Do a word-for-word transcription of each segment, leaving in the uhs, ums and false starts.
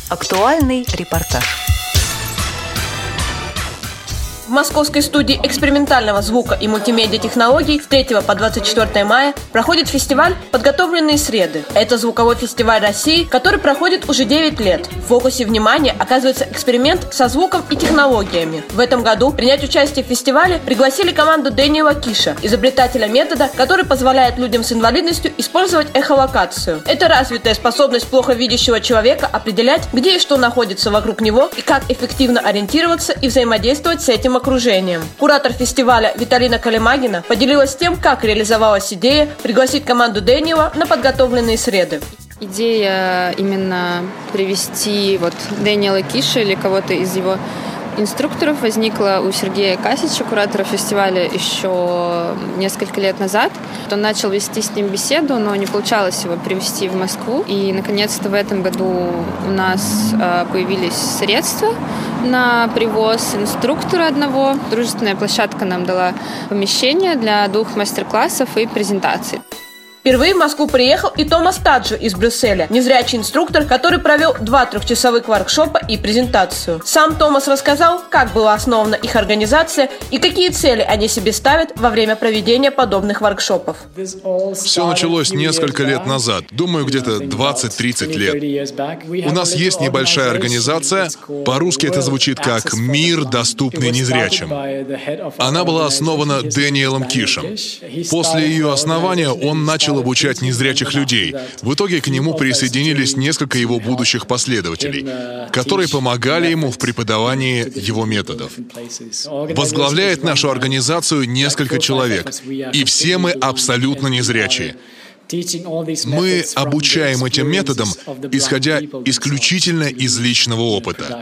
Актуальный репортаж. В московской студии экспериментального звука и мультимедиа-технологий с третьего по двадцать четвёртое мая проходит фестиваль «Подготовленные среды». Это звуковой фестиваль России, который проходит уже девять лет. В фокусе внимания оказывается эксперимент со звуком и технологиями. В этом году принять участие в фестивале пригласили команду Дэниела Киша, изобретателя метода, который позволяет людям с инвалидностью использовать эхолокацию. Это развитая способность плохо видящего человека определять, где и что находится вокруг него и как эффективно ориентироваться и взаимодействовать с этим окружением. Куратор фестиваля Виталина Калимагина поделилась тем, как реализовалась идея пригласить команду Дэниела на подготовленные среды. Идея именно привести вот Дэниела Киша или кого-то из его инструкторов возникла у Сергея Касича, куратора фестиваля, еще несколько лет назад. Он начал вести с ним беседу, но не получалось его привести в Москву. И, наконец-то, в этом году у нас появились средства на привоз инструктора одного. Дружественная площадка нам дала помещение для двух мастер-классов и презентаций. Впервые в Москву приехал и Томас Таджо из Брюсселя, незрячий инструктор, который провел два трехчасовых воркшопа и презентацию. Сам Томас рассказал, как была основана их организация и какие цели они себе ставят во время проведения подобных воркшопов. Все началось несколько лет назад, думаю, где-то двадцать-тридцать лет. У нас есть небольшая организация, по-русски это звучит как «Мир, доступный незрячим». Она была основана Дэниелом Кишем. После ее основания он начал обучать незрячих людей. В итоге к нему присоединились несколько его будущих последователей, которые помогали ему в преподавании его методов. Возглавляет нашу организацию несколько человек, и все мы абсолютно незрячие. Мы обучаем этим методам, исходя исключительно из личного опыта.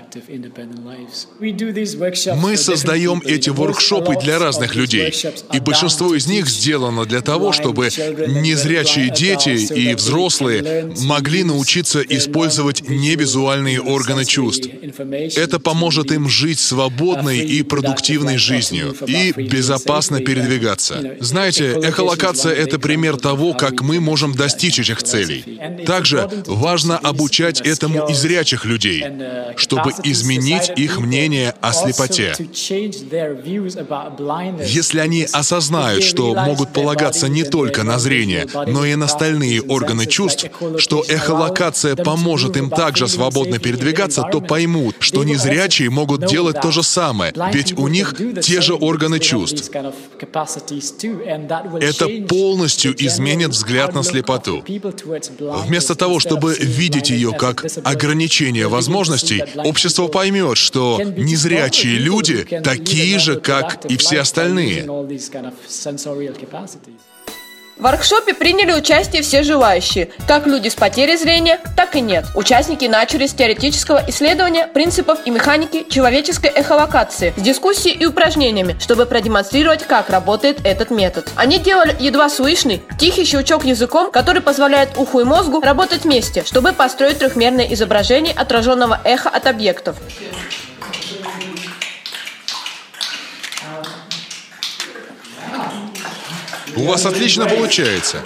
Мы создаем эти воркшопы для разных людей, и большинство из них сделано для того, чтобы незрячие дети и взрослые могли научиться использовать невизуальные органы чувств. Это поможет им жить свободной и продуктивной жизнью и безопасно передвигаться. Знаете, эхолокация — это пример того, как мы Мы можем достичь этих целей. Также важно обучать этому и зрячих людей, чтобы изменить их мнение о слепоте. Если они осознают, что могут полагаться не только на зрение, но и на остальные органы чувств, что эхолокация поможет им также свободно передвигаться, то поймут, что незрячие могут делать то же самое, ведь у них те же органы чувств. Это полностью изменит взгляд на слепоту. Вместо того, чтобы видеть ее как ограничение возможностей, общество поймет, что незрячие люди такие же, как и все остальные. В воркшопе приняли участие все желающие, как люди с потерей зрения, так и нет. Участники начали с теоретического исследования принципов и механики человеческой эхолокации, с дискуссией и упражнениями, чтобы продемонстрировать, как работает этот метод. Они делали едва слышный, тихий щелчок языком, который позволяет уху и мозгу работать вместе, чтобы построить трехмерное изображение отраженного эха от объектов. У вас отлично получается.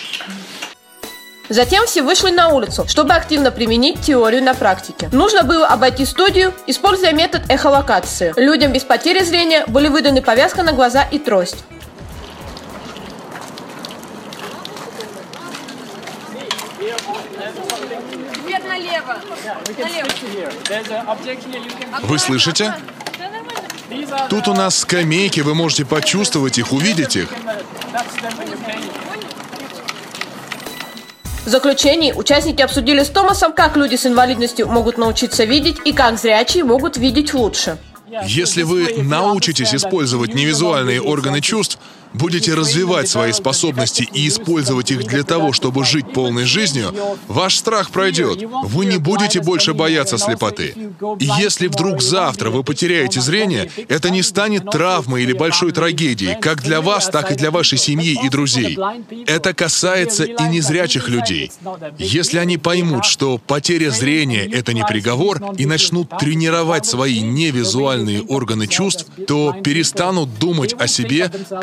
Затем все вышли на улицу, чтобы активно применить теорию на практике. Нужно было обойти студию, используя метод эхолокации. Людям без потери зрения были выданы повязка на глаза и трость. Налево. Вы слышите? Тут у нас скамейки, вы можете почувствовать их, увидеть их. В заключении участники обсудили с Томасом, как люди с инвалидностью могут научиться видеть и как зрячие могут видеть лучше. Если вы научитесь использовать невизуальные органы чувств, будете развивать свои способности и использовать их для того, чтобы жить полной жизнью, ваш страх пройдет. Вы не будете больше бояться слепоты. И если вдруг завтра вы потеряете зрение, это не станет травмой или большой трагедией, как для вас, так и для вашей семьи и друзей. Это касается и незрячих людей. Если они поймут, что потеря зрения — это не приговор, и начнут тренировать свои невизуальные органы чувств, то перестанут думать о себе как о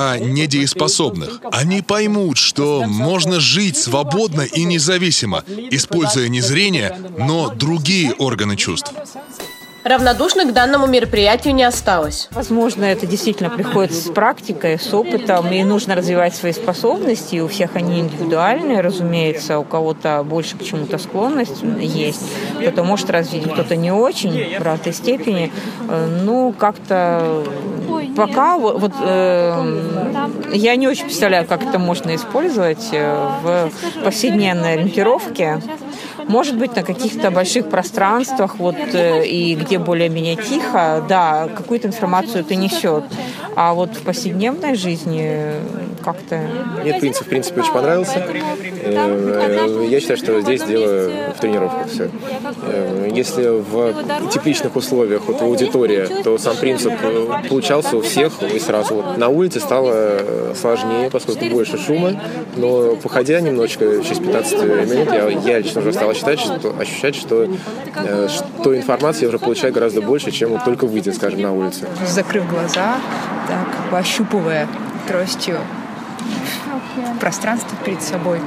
про недееспособных. Они поймут, что можно жить свободно и независимо, используя не зрение, но другие органы чувств. Равнодушных к данному мероприятию не осталось. Возможно, это действительно приходит с практикой, с опытом, и нужно развивать свои способности. И у всех они индивидуальные, разумеется, у кого-то больше к чему-то склонность есть, кто-то может развить, кто-то не очень, в разной степени. Ну, как-то пока вот э, я не очень представляю, как это можно использовать в повседневной ориентировке. Может быть, на каких-то больших пространствах, вот, и где более-менее тихо, да, какую-то информацию это несет. А вот в повседневной жизни как-то... Мне принцип, в принципе, очень понравился. Я считаю, что здесь дело в тренировках все. Если в тепличных условиях, вот в аудитории, то сам принцип получался у всех и сразу. Вот на улице стало сложнее, поскольку больше шума, но походя немножечко, через пятнадцать минут, я, я лично уже стал считать, что, ощущать, что, что информации я уже получаю гораздо больше, чем вот только выйдя, скажем, на улицу. Закрыв глаза, так, пощупывая тростью пространство перед собой.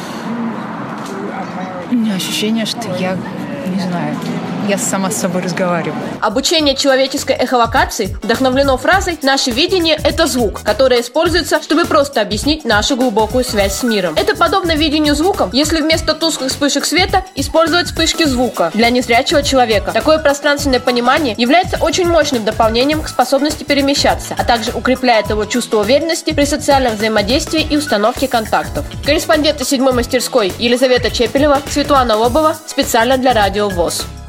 У меня ощущение, что я, не знаю, я сама с собой разговариваю. Обучение человеческой эхолокации вдохновлено фразой «Наше видение – это звук», которая используется, чтобы просто объяснить нашу глубокую связь с миром. Это подобно видению звуком, если вместо тусклых вспышек света использовать вспышки звука. Для незрячего человека такое пространственное понимание является очень мощным дополнением к способности перемещаться, а также укрепляет его чувство уверенности при социальном взаимодействии и установке контактов. Корреспонденты седьмой мастерской Елизавета Чепелева, Светлана Лобова специально для Радио ВОС.